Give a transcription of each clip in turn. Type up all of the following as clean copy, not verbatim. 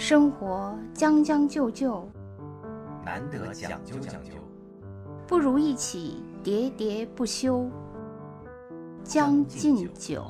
生活将将就就， 难得讲究讲究， 不如一起喋喋不休。将进酒。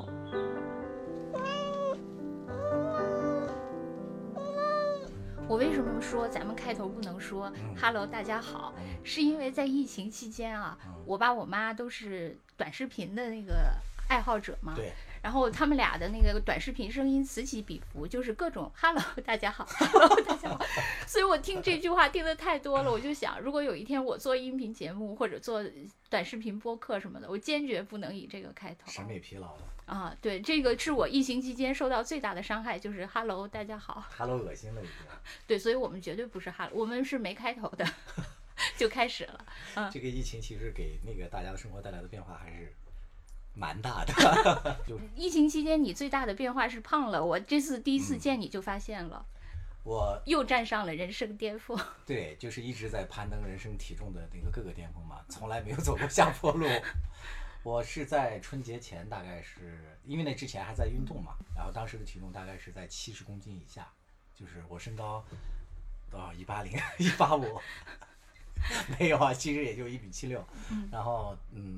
我为什么说咱们开头不能说 Hello 大家好，是因为在疫情期间啊，我爸我妈都是短视频的那个爱好者嘛， 对， 然后他们俩的那个短视频声音此起彼伏，就是各种 Hello 大家好，Hello 大家好，所以我听这句话听得太多了，我就想，如果有一天我做音频节目或者做短视频播客什么的，我坚决不能以这个开头。 审美疲劳了啊，对，这个是我疫情期间受到最大的伤害，就是 Hello 大家好 ，Hello 恶心了已经。 对，所以我们绝对不是 Hello， 我们是没开头的就开始了。 这个疫情其实给那个大家的生活带来的变化还是蛮大的。 疫情期间你最大的变化是胖了，我这次第一次见你就发现了， 我又站上了人生巅峰。 对，就是一直在攀登人生体重的那个各个巅峰嘛，从来没有走过下坡路。我是在春节前，大概是因为那之前还在运动嘛，然后当时的体重大概是在70公斤以下，就是我身高多少180、185，没有啊，其实也就1:76，然后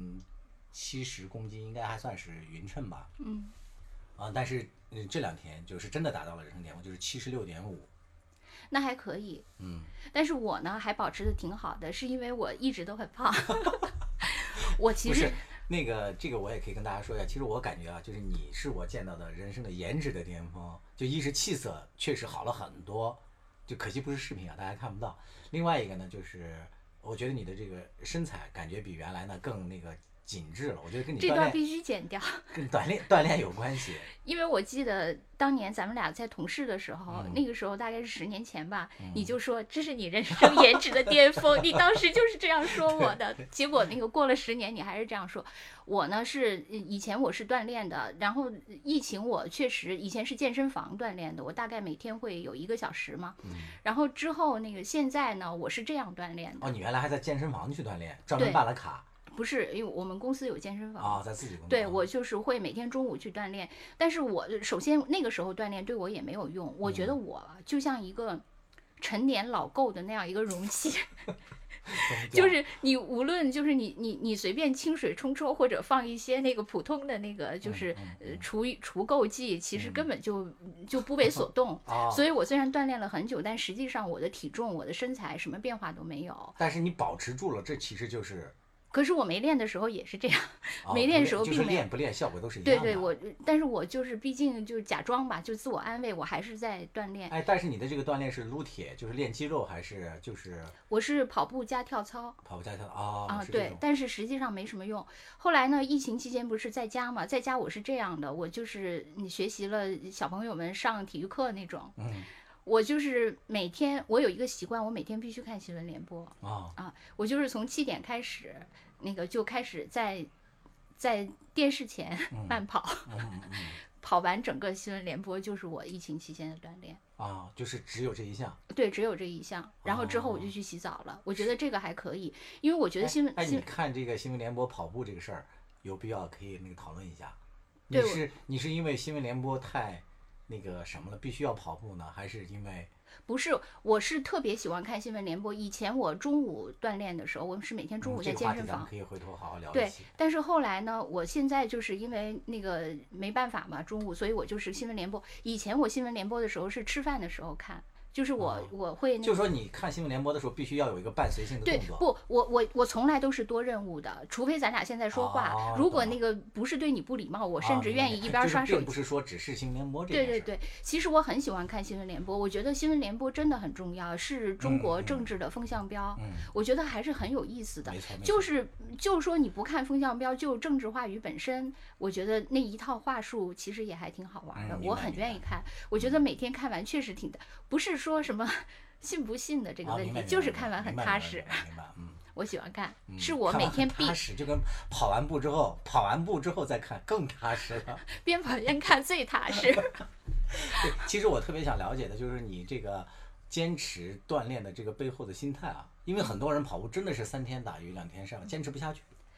70公斤应该还算是匀称吧，但是这2天就是真的达到了人生巅峰，就是76.5。 那还可以，但是我呢还保持的挺好的，是因为我一直都很胖。我其实那个这个我也可以跟大家说一下，其实我感觉啊，就是你是我见到的人生的颜值的巅峰，就一是气色确实好了很多，就可惜不是视频啊，大家看不到。另外一个呢，就是我觉得你的这个身材感觉比原来呢更那个紧致了，我觉得跟你这段必须剪掉， 跟锻炼有关系。 因为我记得当年咱们俩在同事的时候，那个时候大概是10年前吧，你就说这是你人生颜值的巅峰，你当时就是这样说我的。结果那个过了10年，你还是这样说。我呢是以前我是锻炼的，然后疫情我确实以前是健身房锻炼的，我大概每天会有1个小时嘛。然后之后那个现在呢，我是这样锻炼的。 哦，你原来还在健身房去锻炼，专门办了卡。 不是，因为我们公司有健身房在自己公司。 对，我就是会每天中午去锻炼，但是我首先那个时候锻炼对我也没有用，我觉得我就像一个陈年老垢的那样一个容器。就是你无论就是你随便清水冲冲，或者放一些那个普通的那个就是除垢剂，其实根本就不为所动。所以我虽然锻炼了很久，但实际上我的体重、我的身材什么变化都没有。 但是你保持住了，这其实就是。 可是我没练的时候也是这样，没练的时候并没有。 就是练不练效果都是一样的。 对，但是我就是毕竟就是假装吧，就自我安慰，我还是在锻炼。 但是你的这个锻炼是撸铁，就是练肌肉还是就是？ 我是跑步加跳操。 跑步加跳操对，但是实际上没什么用。后来呢，疫情期间不是在家嘛，在家我是这样的，我就是你学习了小朋友们上体育课那种。我就是每天，我有一个习惯，我每天必须看新闻联播。我就是从7点开始，那个就开始在电视前慢跑，跑完整个新闻联播，就是我疫情期间的锻炼。 就是只有这一项。 对，只有这一项。然后之后我就去洗澡了。我觉得这个还可以，因为我觉得新闻。 你看这个新闻联播跑步这个事儿，有必要可以那个讨论一下。你是因为新闻联播太那个什么了，必须要跑步呢，还是因为？ 不是，我是特别喜欢看新闻联播。以前我中午锻炼的时候，我是每天中午在健身房。 可以回头好好聊一对，但是后来呢，我现在就是因为那个没办法嘛，中午，所以我就是新闻联播。以前我新闻联播的时候是吃饭的时候看。就是我会就是说你看新闻联播的时候必须要有一个伴随性的动作。 对，不，我从来都是多任务的，除非咱俩现在说话。如果那个不是对你不礼貌，我甚至愿意一边刷手机。 并不是说只是新闻联播这件事。 对，其实我很喜欢看新闻联播，我觉得新闻联播真的很重要，是中国政治的风向标。我觉得还是很有意思的。就是说你不看风向标，就政治话语本身，我觉得那一套话术其实也还挺好玩的，我很愿意看。我觉得每天看完确实挺的，不是说什么信不信的这个问题，就是看完很踏实。 明白， 我喜欢看，是我每天踏实，就跟跑完步之后再看更踏实了。 边跑边看最踏实。 对，其实我特别想了解的就是你这个坚持锻炼的这个背后的心态啊，因为很多人跑步真的是3天打鱼2天晒网，坚持不下去。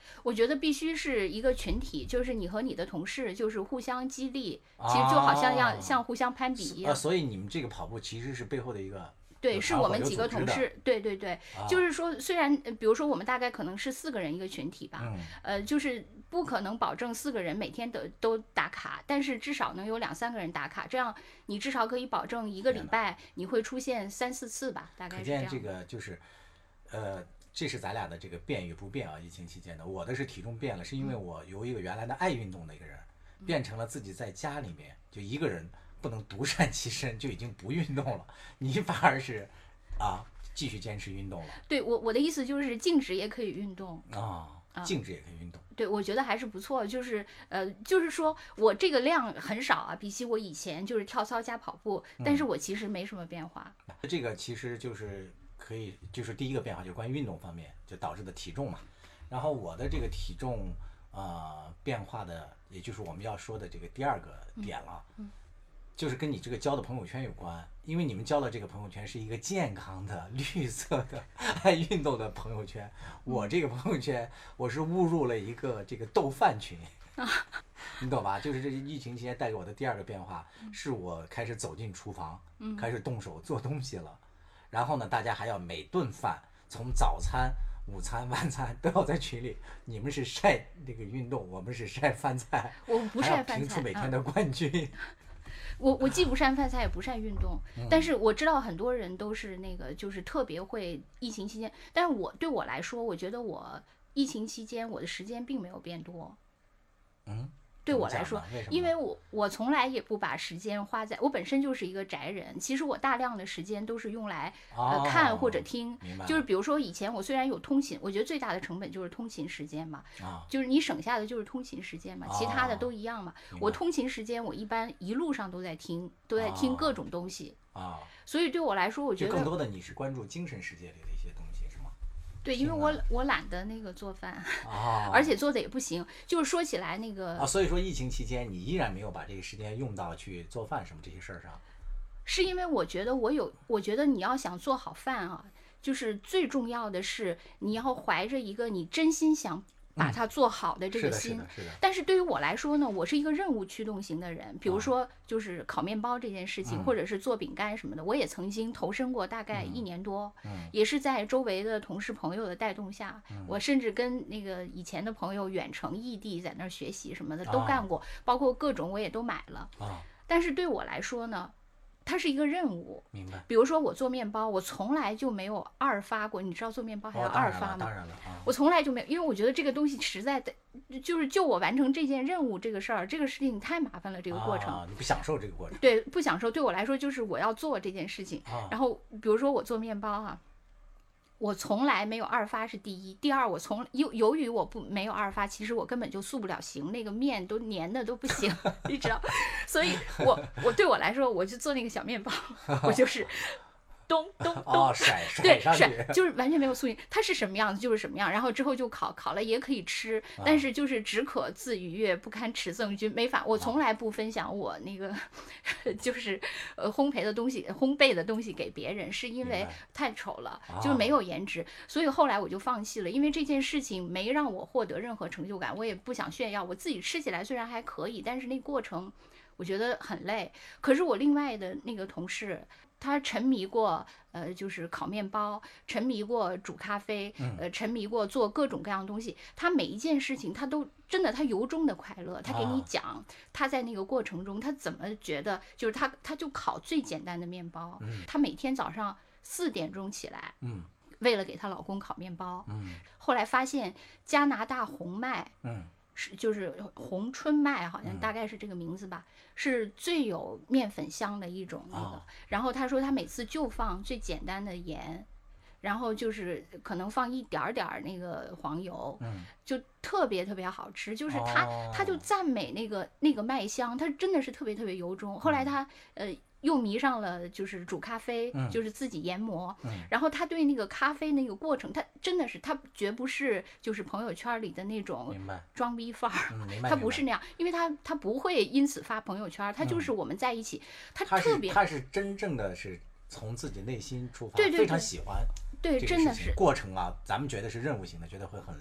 我觉得必须是一个群体，就是你和你的同事就是互相激励，其实就好像像互相攀比一样。 所以你们这个跑步其实是背后的一个。 对，是我们几个同事，对对对，就是说，虽然比如说我们大概可能是4个人一个群体吧，就是不可能保证4个人每天都打卡，但是至少能有2、3个人打卡，这样你至少可以保证一个礼拜你会出现3、4次吧，大概是这样。 可见这个就是，这是咱俩的这个变与不变啊，疫情期间的，我的是体重变了，是因为我由一个原来的爱运动的一个人，变成了自己在家里面就一个人。不能独善其身，就已经不运动了。你反而是，继续坚持运动了。 对，我的意思就是静止也可以运动静止也可以运动。 对，我觉得还是不错。就是说我这个量很少啊，比起我以前就是跳操加跑步，但是我其实没什么变化。 这个其实就是可以，就是第一个变化就是关于运动方面就导致的体重嘛。然后我的这个体重变化的，也就是我们要说的这个第2个点了。就是跟你这个交的朋友圈有关，因为你们交的这个朋友圈是一个健康的、绿色的、爱运动的朋友圈。我这个朋友圈，我是误入了一个这个豆饭群，你懂吧？就是这疫情期间带给我的第2个变化，是我开始走进厨房，开始动手做东西了。然后呢，大家还要每顿饭，从早餐、午餐、晚餐都要在群里。你们是晒那个运动，我们是晒饭菜， 我不晒饭菜， 还要评出每天的冠军。 我既不晒饭菜也不晒运动，但是我知道很多人都是那个就是特别会疫情期间，但是对我来说，我觉得我疫情期间我的时间并没有变多。对我来说，因为我从来也不把时间花在，我本身就是一个宅人，其实我大量的时间都是用来看或者听，就是比如说以前我虽然有通勤，我觉得最大的成本就是通勤时间嘛，就是你省下的就是通勤时间嘛，其他的都一样嘛。我通勤时间我一般一路上都在听各种东西所以对我来说，我觉得更多的你是关注精神世界里的一些东西。 对，因为我懒得那个做饭而且做的也不行。就是说起来那个所以说疫情期间你依然没有把这个时间用到去做饭什么这些事儿上。 是因为我觉得你要想做好饭啊，就是最重要的是你要怀着一个你真心想把它做好的这个心。 是的。 但是对于我来说呢，我是一个任务驱动型的人。比如说就是烤面包这件事情，或者是做饼干什么的，我也曾经投身过大概1年多，也是在周围的同事朋友的带动下，我甚至跟那个以前的朋友远程异地在那儿学习什么的都干过，包括各种我也都买了。但是对我来说呢，它是一个任务。 明白。 比如说我做面包，我从来就没有2发过。你知道做面包还要2发吗？ 当然了我从来就没有，因为我觉得这个东西实在的，就我完成这件任务这个事儿，这个事情太麻烦了，这个过程。 你不享受这个过程。 对，不享受。对我来说就是我要做这件事情。然后比如说我做面包我从来没有2发是第一，第二我由于我没有2发，其实我根本就塑不了形，那个面都粘的都不行，你知道，所以我对我来说，我就做那个小面包，我就是咚咚咚， 甩上去， 就是完全没有塑形，它是什么样子就是什么样，然后之后就烤了也可以吃，但是就是只可自愉悦，不堪持赠君，没法。我从来不分享我那个就是烘焙的东西给别人，是因为太丑了，就是没有颜值，所以后来我就放弃了，因为这件事情没让我获得任何成就感，我也不想炫耀，我自己吃起来虽然还可以，但是那过程我觉得很累。可是我另外的那个同事，他沉迷过就是烤面包，沉迷过煮咖啡，沉迷过做各种各样的东西。他每一件事情他都真的，他由衷的快乐。他给你讲他在那个过程中他怎么觉得，就是他就烤最简单的面包，他每天早上4点钟起来，为了给她老公烤面包，后来发现加拿大红麦，就是红春麦，好像大概是这个名字吧，是最有面粉香的一种那个。然后他说他每次就放最简单的盐，然后就是可能放一点点那个黄油，就特别特别好吃。就是他就赞美那个麦香，他真的是特别特别由衷。后来他又迷上了就是煮咖啡，就是自己研磨，然后他对那个咖啡那个过程，他真的是他绝不是就是朋友圈里的那种装逼范儿，他不是那样，因为他不会因此发朋友圈，他就是我们在一起，他是真正的是从自己内心出发， 对， 非常喜欢， 对，真的是过程咱们觉得是任务型的，觉得会很累。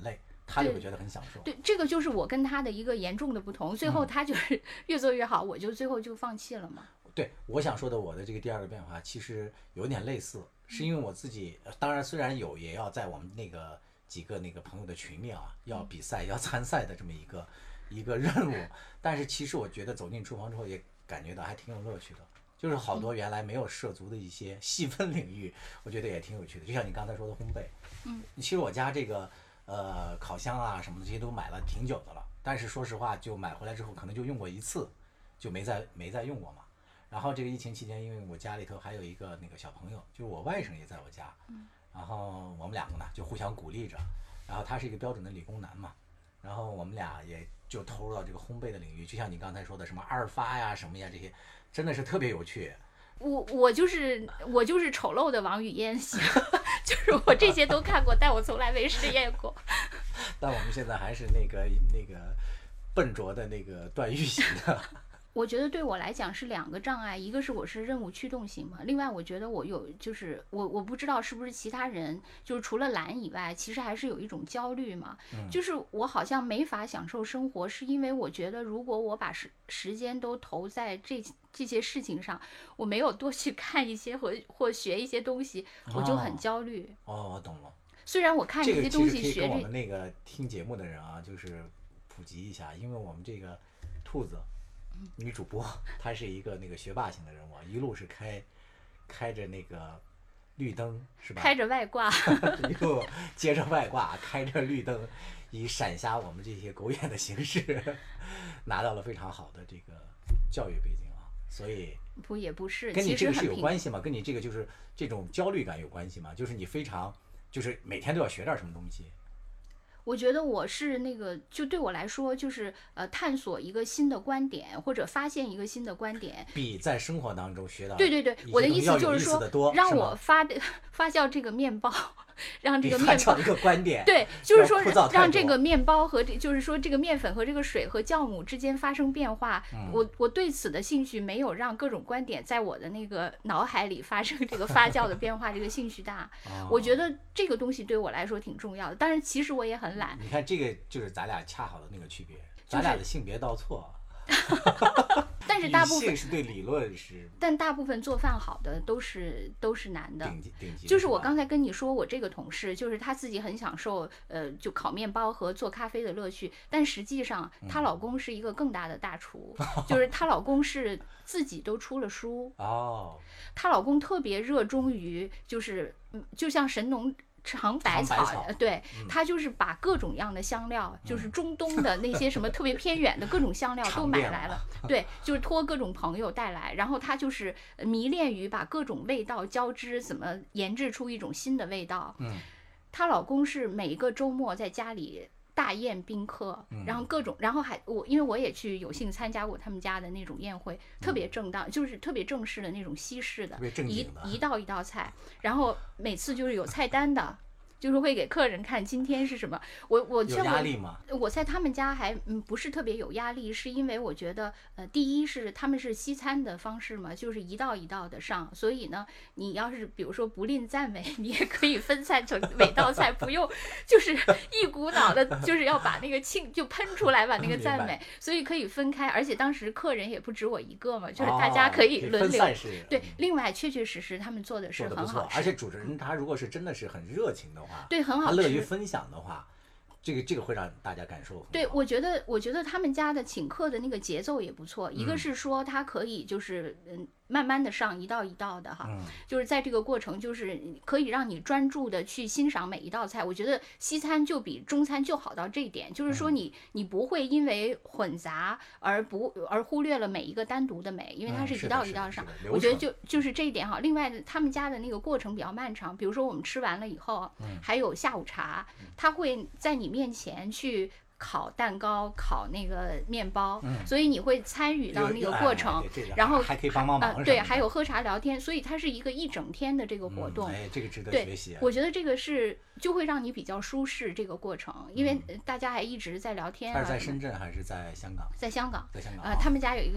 他就会觉得很享受。 对，这个就是我跟他的一个严重的不同。最后他就是越做越好，我就最后就放弃了嘛。 对，我想说的我的这个第二个变化其实有点类似，是因为我自己，当然虽然也要在我们那个几个那个朋友的群里啊，要比赛要参赛的这么一个任务，但是其实我觉得走进厨房之后也感觉到还挺有乐趣的。就是好多原来没有涉足的一些细分领域，我觉得也挺有趣的。就像你刚才说的烘焙，其实我家这个烤箱啊什么的这些都买了挺久的了，但是说实话，就买回来之后可能就用过一次，就没再用过嘛。然后这个疫情期间，因为我家里头还有一个那个小朋友，就是我外甥也在我家，然后我们两个呢就互相鼓励着，然后他是一个标准的理工男嘛，然后我们俩也就投入到这个烘焙的领域，就像你刚才说的什么阿尔法呀什么呀这些。真的是特别有趣。 我就是丑陋的王语嫣型，就是我这些都看过，但我从来没实验过。 但我们现在还是那个笨拙的那个段誉型的。 我觉得对我来讲是两个障碍，一个是我是任务驱动型嘛，另外我觉得我有就是我不知道是不是其他人就是除了懒以外，其实还是有一种焦虑嘛，就是我好像没法享受生活，是因为我觉得如果我把时间都投在这些事情上，我没有多去看一些或学一些东西，我就很焦虑。 我懂了。 虽然我看这些东西学这个其实可以跟我们那个听节目的人啊，就是普及一下，因为我们这个兔子女主播她是一个那个学霸型的人物，一路是开着那个绿灯是吧？ 开着外挂， 一路接着外挂，开着绿灯，以闪瞎我们这些狗眼的形式，拿到了非常好的这个教育背景啊。所以也不是， 跟你这个是有关系吗？跟你这个就是这种焦虑感有关系吗？就是你非常就是每天都要学点什么东西。 我觉得我是那个，就对我来说，就是探索一个新的观点，或者发现一个新的观点， 比在生活当中学到对，我的意思就是说，让我发酵这个面包，让这个面包一个观点， 对，就是说让这个面包和就是说这个面粉和这个水和酵母之间发生变化。我对此的兴趣没有让各种观点在我的那个脑海里发生这个发酵的变化，这个兴趣大。我觉得这个东西对我来说挺重要的，但是其实我也很懒。 你看这个就是咱俩恰好的那个区别，咱俩的性别倒错。 但是大部分是对理论是， 但大部分做饭好的都是男的， 顶级。 就是我刚才跟你说，我这个同事就是她自己很享受就烤面包和做咖啡的乐趣，但实际上她老公是一个更大的大厨，就是她老公是自己都出了书她老公特别热衷于就是就像神农尝百草，对，他就是把各种样的香料，就是中东的那些什么特别偏远的各种香料都买来了，对，就是托各种朋友带来，然后他就是迷恋于把各种味道交织，怎么研制出一种新的味道。她老公是每一个周末在家里大宴宾客，然后各种，然后因为我也去有幸参加过他们家的那种宴会，特别正当，就是特别正式的那种西式的，一道菜，然后每次就是有菜单的。就是会给客人看今天是什么。我有压力吗？ 我在他们家还不是特别有压力，是因为我觉得第一是他们是西餐的方式嘛，就是一道一道的上，所以呢，你要是比如说不吝赞美，你也可以分散成每道菜，不用就是一股脑的，就是要把那个就喷出来把那个赞美，所以可以分开。而且当时客人也不止我一个嘛，就是大家可以轮流。对，另外确确实实他们做的是很好吃， 而且主持人他如果是真的是很热情的话。 对，很好吃。 他乐于分享的话，这个会让大家感受很好。 对，我觉得他们家的请客的那个节奏也不错。一个是说他可以就是慢慢的上，一道一道的哈，就是在这个过程就是可以让你专注的去欣赏每一道菜。我觉得西餐就比中餐就好到这一点，就是说你不会因为混杂而忽略了每一个单独的美，因为它是一道一道上。我觉得就是这一点哈。另外他们家的那个过程比较漫长，比如说我们吃完了以后，还有下午茶，他会在你面前去烤蛋糕，烤那个面包，所以你会参与到那个过程，然后还可以帮忙对，还有喝茶聊天，所以它是一个一整天的这个活动。 这个值得学习。 我觉得这个就会让你比较舒适这个过程，因为大家还一直在聊天。 他是在深圳还是在香港？ 在香港。 在香港。 他们家有一个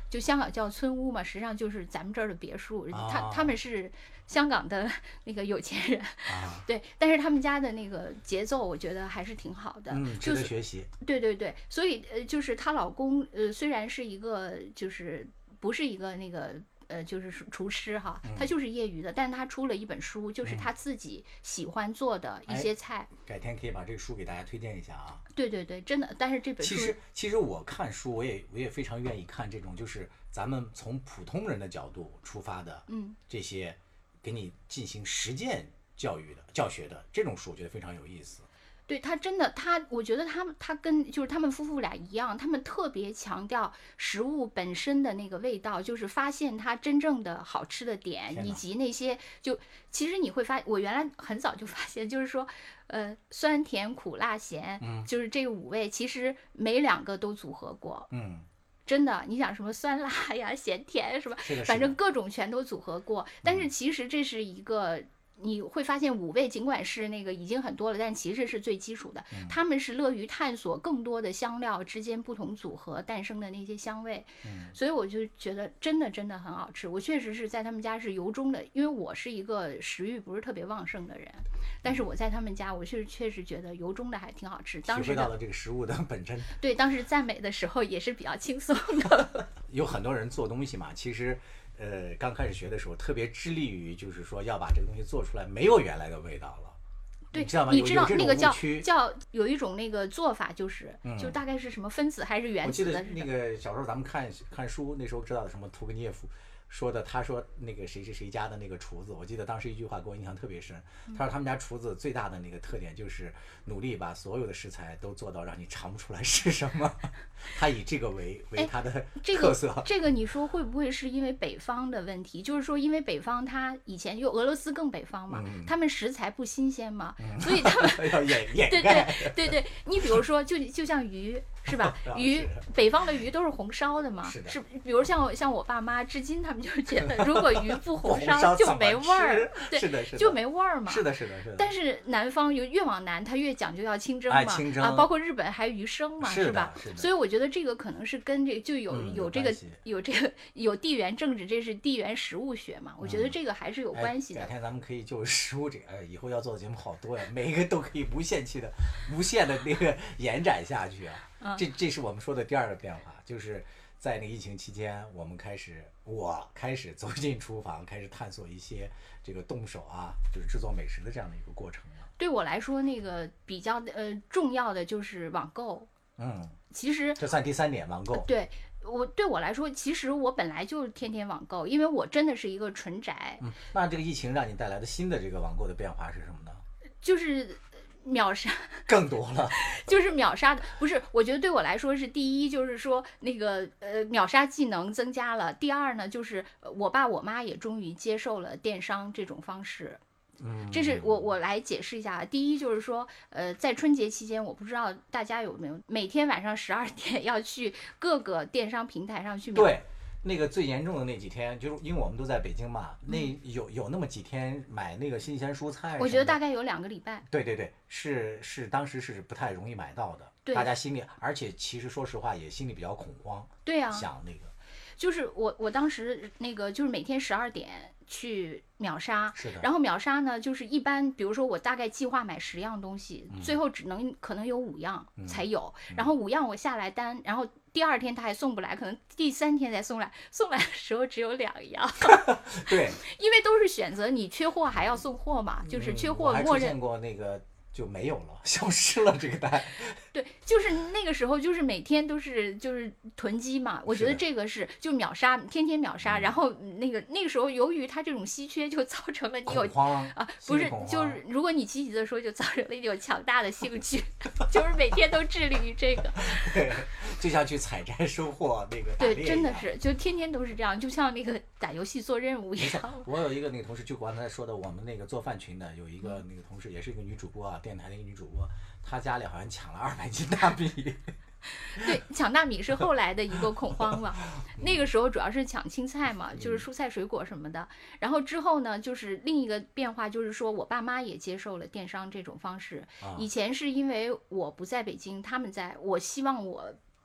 就香港叫村屋嘛，实际上就是咱们这儿的别墅。 啊他们是香港的那个有钱人， 啊， 对，但是他们家的那个节奏，我觉得还是挺好的， 值得学习。 对对对，所以就是她老公虽然是一个就是不是一个那个就是厨师哈，他就是业余的，但是他出了一本书，就是他自己喜欢做的一些菜。 改天可以把这个书给大家推荐一下啊。 对对对，真的，但是这本书其实我看书，我也非常愿意看这种，就是咱们从普通人的角度出发的，这些给你进行实践教学的这种书，我觉得非常有意思。 对他真的，我觉得他跟就是他们夫妇俩一样，他们特别强调食物本身的那个味道，就是发现它真正的好吃的点，以及那些其实你会我原来很早就发现，就是说，酸甜苦辣咸，就是这五味，其实每2个都组合过，真的，你想什么酸辣呀、咸甜什么，反正各种全都组合过，但是其实这是一个。你会发现五味尽管是那个已经很多了，但其实是最基础的。他们是乐于探索更多的香料之间不同组合诞生的那些香味，所以我就觉得真的很好吃。我确实是在他们家是由衷的，因为我是一个食欲不是特别旺盛的人，但是我在他们家我确实觉得由衷的还挺好吃。当时体会到了这个食物的本真。 对，当时赞美的时候也是比较轻松的。 有很多人做东西嘛，其实。刚开始学的时候，特别致力于就是说要把这个东西做出来，没有原来的味道了。 对， 你知道吗？ 你知道那个叫有一种那个做法，就大概是什么分子还是原子的？ 我记得那个小时候咱们看书，那时候知道的什么屠格涅夫说的，他说那个谁家的那个厨子，我记得当时一句话给我印象特别深。他说他们家厨子最大的那个特点就是努力把所有的食材都做到让你尝不出来是什么。他以这个为他的特色。 这个你说会不会是因为北方的问题？就是说，因为北方它以前就俄罗斯更北方嘛，他们食材不新鲜嘛，所以他们要掩盖。 对，你比如说就像鱼是吧？鱼北方的鱼都是红烧的嘛，是比如像我爸妈，至今他们就觉得如果鱼不红烧就没味儿，对， 是的， 就没味儿嘛。 是的。 但是南方越往南，它越讲究要清蒸嘛，包括日本还鱼生嘛，是吧？所以我觉得这个可能是跟这就有地缘政治，这是地缘食物学嘛。我觉得这个还是有关系的。 改天咱们可以就食物这个，以后要做的节目好多呀，每一个都可以无限的那个延展下去啊。这是我们说的第二个变化，就是在那个疫情期间，我开始走进厨房，开始探索一些这个动手啊，就是制作美食的这样的一个过程了。 对我来说，那个比较重要的就是网购。其实这算第3点，网购。 对我来说，其实我本来就天天网购，因为我真的是一个纯宅。 那这个疫情让你带来的新的这个网购的变化是什么呢？ 就是秒杀更多了。 就是秒杀的，不是，我觉得对我来说是第一，就是说那个秒杀技能增加了。第二呢，就是我爸我妈也终于接受了电商这种方式。这是我来解释一下。第一就是说，在春节期间，我不知道大家有没有每天晚上12点要去各个电商平台上去买。 对，那个最严重的那几天，就是因为我们都在北京嘛，那有那么几天买那个新鲜蔬菜， 我觉得大概有2个礼拜。 对，是当时是不太容易买到的，大家心里，而且其实说实话也心里比较恐慌。 对啊， 想那个， 就是我当时那个就是每天12点。去秒杀， 是的。 然后秒杀呢，就是一般，比如说我大概计划买10样东西，最后可能有5样才有，然后5样我下来单，然后第2天他还送不来，可能第3天才送来，送来的时候只有2样。 对， 因为都是选择你缺货还要送货嘛，就是缺货默认。 我还出现过那个就没有了，消失了这个单。 对，就是那个时候，就是每天都是就是囤积嘛。我觉得这个是就秒杀，天天秒杀。然后那个时候，由于它这种稀缺，就造成了你有不是，就是如果你积极的说，就造成了你有强大的兴趣，就是每天都致力于这个。 对，就像去采摘收获那个。 对，真的是，就天天都是这样，就像那个打游戏做任务一样。 我有一个那个同事，就刚才说的，我们那个做饭群的有一个那个同事，也是一个女主播啊，电台的一个女主播。他家里好像抢了200斤大米。 对，抢大米是后来的一个恐慌嘛。那个时候主要是抢青菜嘛，就是蔬菜水果什么的。然后之后呢，就是另一个变化，就是说我爸妈也接受了电商这种方式。以前是因为我不在北京，他们在，我希望我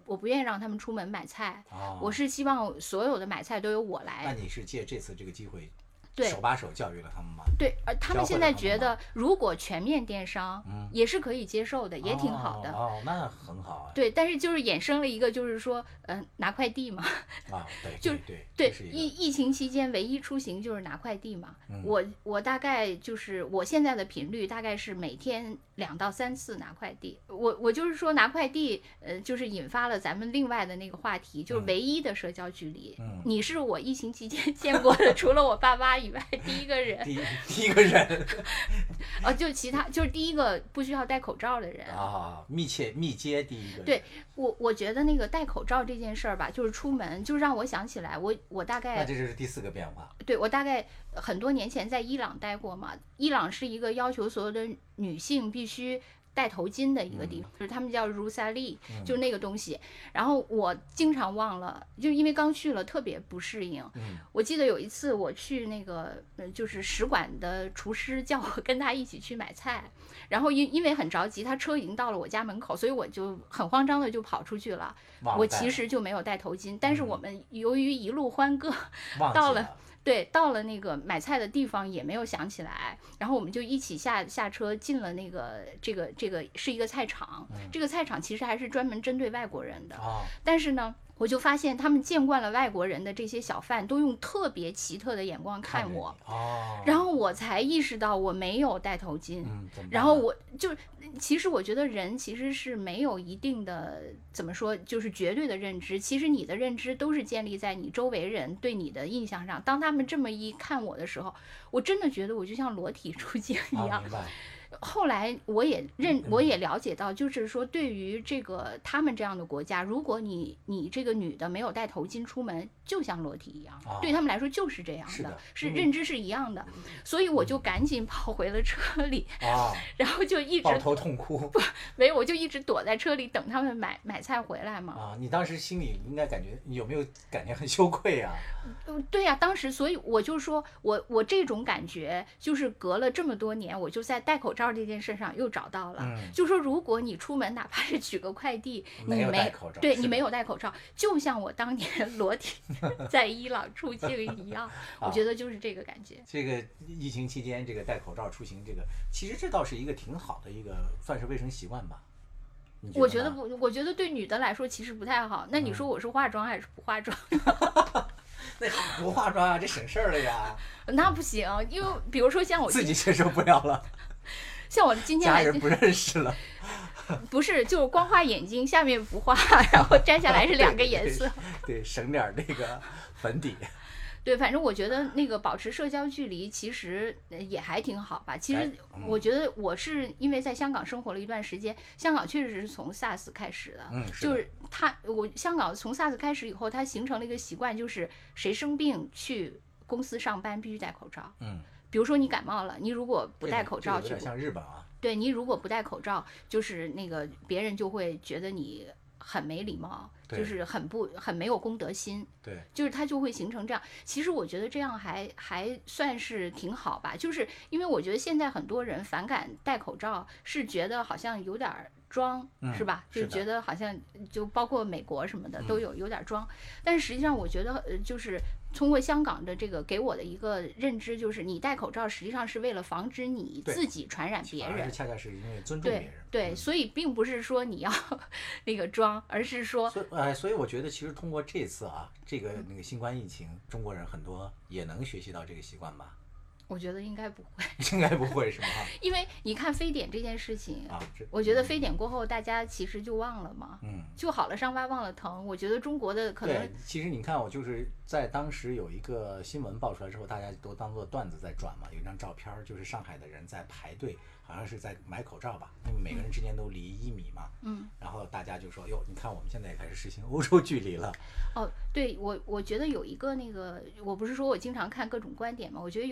我不愿意让他们出门买菜， 哦， 我是希望所有的买菜都由我那来。 你是借这次这个机会， 对手把手教育了他们吗？ 对，他们教会现了他们吗在觉得，如果全面电商也是可以接受的，也挺好的。 哦，那很好啊。 对，但是就是衍生了一个，就是说，拿快递嘛。 啊，对就对， 对， 这是一个疫情期间唯一出行就是拿快递嘛。 嗯我大概就是我现在的频率大概是每天2到3次拿快递。我就是说拿快递，就是引发了咱们另外的那个话题，就是唯一的社交距离。你是我疫情期间见过的，除了我爸妈以外第一个人。 第一个人就其他就是第一个不需要戴口罩的人。 啊，密接第一个人。 对，我觉得那个戴口罩这件事儿吧，就是出门就让我想起来，我大概那这就是第4个变化。 对，我大概很多年前在伊朗待过嘛。伊朗是一个要求所有的女性必须戴头巾的一个地方，就是他们叫 Rusali，就是那个东西。然后我经常忘了，就因为刚去了特别不适应。我记得有一次我去那个就是使馆的厨师叫我跟他一起去买菜，然后因为很着急，他车已经到了我家门口，所以我就很慌张的就跑出去了。我其实就没有戴头巾，但是我们由于一路欢歌，到了。对，到了那个买菜的地方也没有想起来，然后我们就一起下车进了那个这个是一个菜场，这个菜场其实还是专门针对外国人的，但是呢，我就发现他们见惯了外国人的这些小贩都用特别奇特的眼光看我，然后我才意识到我没有戴头巾，然后我就其实我觉得人其实是没有一定的怎么说，就是绝对的认知，其实你的认知都是建立在你周围人对你的印象上。当他们这么一看我的时候，我真的觉得我就像裸体出镜一样。后来我也了解到，就是说对于这个他们这样的国家，如果你这个女的没有戴头巾出门，就像裸体一样，对他们来说就是这样的，是认知是一样的。所以我就赶紧跑回了车里，然后就一直抱头痛哭。 没有，我就一直躲在车里等他们买菜回来嘛。 你当时心里应该有没有感觉很羞愧啊？ 对呀，当时所以我就说我这种感觉就是隔了这么多年，我就在戴口罩这件事上又找到了。就说如果你出门哪怕是取个快递，你没有戴口罩，就像我当年裸体在伊朗出境一样，我觉得就是这个感觉。 这个疫情期间这个戴口罩出行，这个其实这倒是一个挺好的一个算是卫生习惯吧。 我觉得对女的来说其实不太好。那你说我是化妆还是不化妆？ 那不化妆啊，这省事儿了呀。 那不行，因为比如说像我自己接受不了了， 像我今天家人不认识了。 不是，就是光画眼睛，下面不画，然后摘下来是2个颜色。 对，省点那个粉底。 对，反正我觉得那个保持社交距离其实也还挺好吧。其实我觉得我是因为在香港生活了一段时间，香港确实是从 SARS 开始的，就是香港从 SARS 开始以后，它形成了一个习惯，就是谁生病去公司上班必须戴口罩。比如说你感冒了，你如果不戴口罩去， 有点像日本啊。 对，你如果不戴口罩，就是那个别人就会觉得你很没礼貌，就是很没有公德心。 对， 就是它就会形成这样。其实我觉得这样还算是挺好吧，就是因为我觉得现在很多人反感戴口罩，是觉得好像有点装，是吧？就觉得好像就包括美国什么的都有点装，但是实际上我觉得就是通过香港的这个给我的一个认知，就是你戴口罩实际上是为了防止你自己传染别人， 恰恰是因为尊重别人。 对，所以并不是说你要那个装，而是说， 所以我觉得其实通过这次这个那个新冠疫情，中国人很多也能学习到这个习惯吧。 我觉得应该不会， 应该不会是吗？ 因为你看非典这件事情我觉得非典过后大家其实就忘了嘛，就好了伤疤忘了疼。我觉得中国的可能， 对，其实你看我就是在当时有一个新闻爆出来之后，大家都当做段子在转嘛，有一张照片就是上海的人在排队，好像是在买口罩吧，因为每个人之间都离1米嘛，然后大家就说哟，你看我们现在也开始实行欧洲距离了。 对，我觉得有一个那个，我不是说我经常看各种观点嘛，我觉得有一个观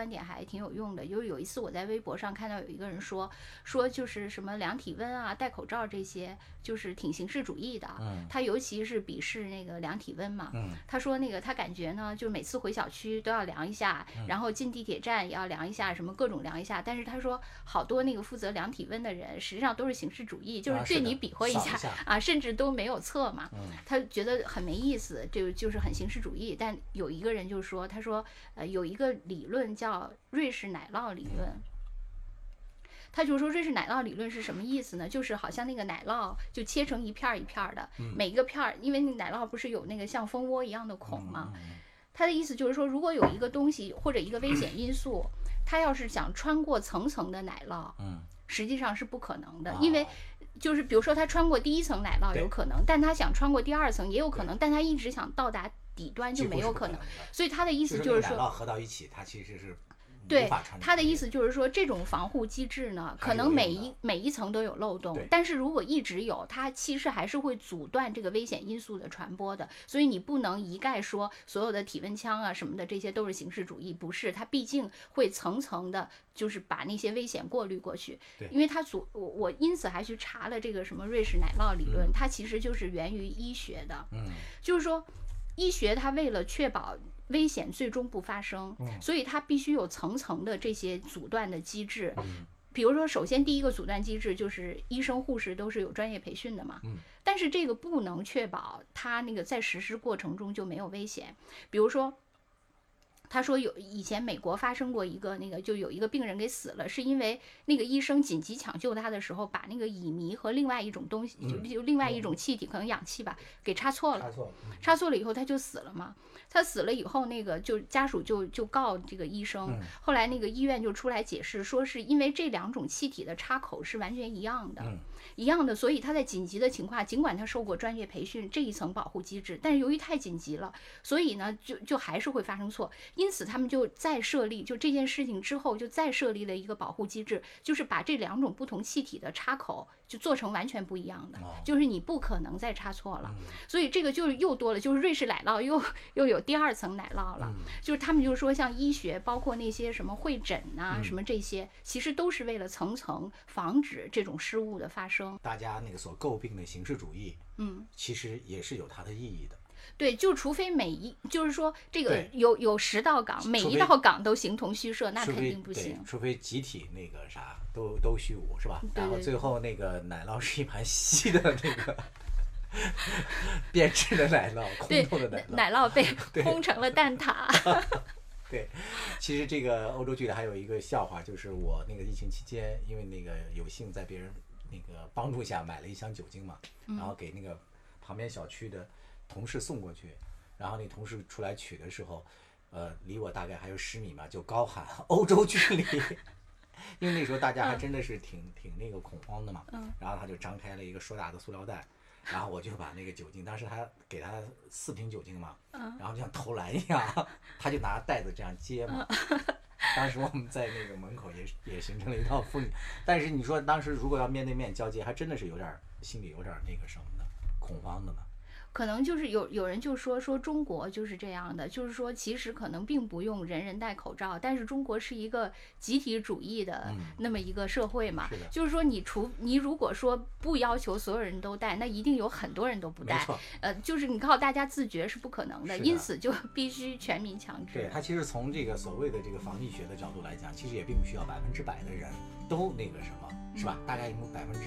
观点还挺有用的。就是有一次我在微博上看到有一个人说就是什么量体温啊、戴口罩这些，就是挺形式主义的。他尤其是鄙视那个量体温嘛。他说那个他感觉呢，就每次回小区都要量一下，然后进地铁站也要量一下，什么各种量一下。但是他说好多那个负责量体温的人，实际上都是形式主义，就是对你比划一下啊，甚至都没有测嘛。他觉得很没意思，就是很形式主义。但有一个人就说，他说有一个理论叫瑞士奶酪理论。他就说瑞士奶酪理论是什么意思呢？就是好像那个奶酪就切成一片一片的，每一个片儿，因为那奶酪不是有那个像蜂窝一样的孔吗？他的意思就是说，如果有一个东西或者一个危险因素，它要是想穿过层层的奶酪，实际上是不可能的，因为就是比如说他穿过第一层奶酪有可能，但他想穿过第二层也有可能，但他一直想到达底端就没有可能。所以他的意思就是说， 奶酪合到一起，它其实是对，他的意思就是说，这种防护机制呢，可能每一层都有漏洞，但是如果一直有，它其实还是会阻断这个危险因素的传播的。所以你不能一概说所有的体温枪啊什么的这些都是形式主义，不是，它毕竟会层层的，就是把那些危险过滤过去。因为它我因此还去查了这个什么瑞士奶酪理论，它其实就是源于医学的，就是说医学它为了确保危险最终不发生，所以它必须有层层的这些阻断的机制。比如说，首先第一个阻断机制就是医生护士都是有专业培训的嘛，但是这个不能确保他那个在实施过程中就没有危险。比如说，他说以前美国发生过一个就有一个病人给死了，是因为那个医生紧急抢救他的时候，把那个乙醚和另外一种东西，就另外一种气体，可能氧气吧，给插错了。插错了以后他就死了嘛。他死了以后，那个就家属就告这个医生，后来那个医院就出来解释说，是因为这两种气体的插口是完全一样的，所以他在紧急的情况，尽管他受过专业培训，这一层保护机制，但是由于太紧急了，所以呢就还是会发生错。因此他们就再设立，就这件事情之后就再设立了一个保护机制，就是把这两种不同气体的插口就做成完全不一样的，就是你不可能再插错了。所以这个就是又多了，就是瑞士奶酪又有第二层奶酪了。就是他们就说，像医学包括那些什么会诊啊，什么这些，其实都是为了层层防止这种失误的发生。 大家那个所诟病的形式主义，其实也是有它的意义的。 对，就除非就是说这个有10道岗，每一道岗都形同虚设，那肯定不行。 除非集体那个啥都虚无，是吧？然后最后那个奶酪是一盘稀的那个变质的奶酪，空洞的奶酪被烘成了蛋挞。 对，其实这个欧洲剧里还有一个笑话，就是我那个疫情期间，因为那个有幸在别人那个帮助下买了一箱酒精嘛，然后给那个旁边小区的同事送过去，然后那同事出来取的时候，离我大概还有10米嘛，就高喊欧洲距离，因为那时候大家还真的是挺那个恐慌的嘛，然后他就张开了一个硕大的塑料袋，然后我就把那个酒精，当时他给他4瓶酒精嘛，然后就像投篮一样，他就拿袋子这样接嘛。当时我们在那个门口也形成了一道风景，但是你说当时如果要面对面交接，还真的是心里有点那个什么的，恐慌的嘛。 可能就是有人就说中国就是这样的，就是说其实可能并不用人人戴口罩，但是中国是一个集体主义的那么一个社会嘛，就是说你如果说不要求所有人都戴，那一定有很多人都不戴，就是你靠大家自觉是不可能的，因此就必须全民强制。 对，他其实从这个所谓的这个防疫学的角度来讲，其实也并不需要100%的人都那个什么，是吧？大概有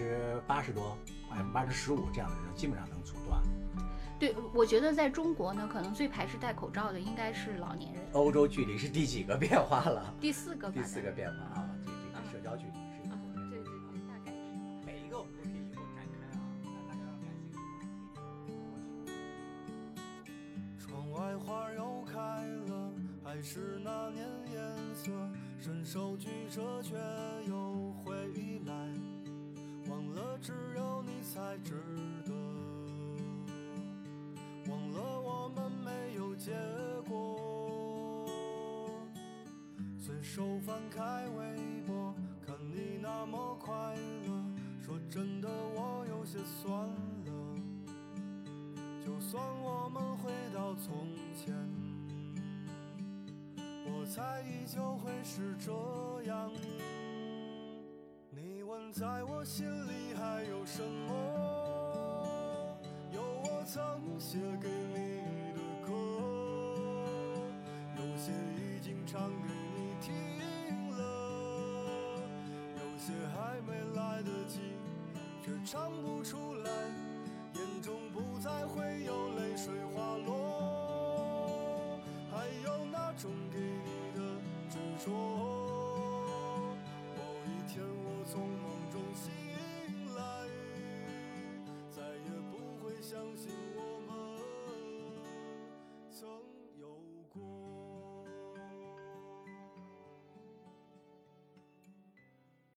80%多、15%这样的人基本上能阻断。 对，我觉得在中国呢，可能最排斥戴口罩的应该是老年人。 欧洲距离是第几个变化了？ 第4个吧。 第4个变化啊，这个社交距离是一个。 对，大概是。 每一个我们都可以以后展开啊，大家要感兴趣。 窗外花又开了，还是那年颜色，伸手举着却又回来，忘了只有你才知道。忘了我们没有结果，随手翻开微博，看你那么快乐，说真的我有些酸了，就算我们回到从前，我我猜依旧会是这样。你问在我心里还有什么？有我曾写给你的歌，有些已经唱给你听了，有些还没来得及，却唱不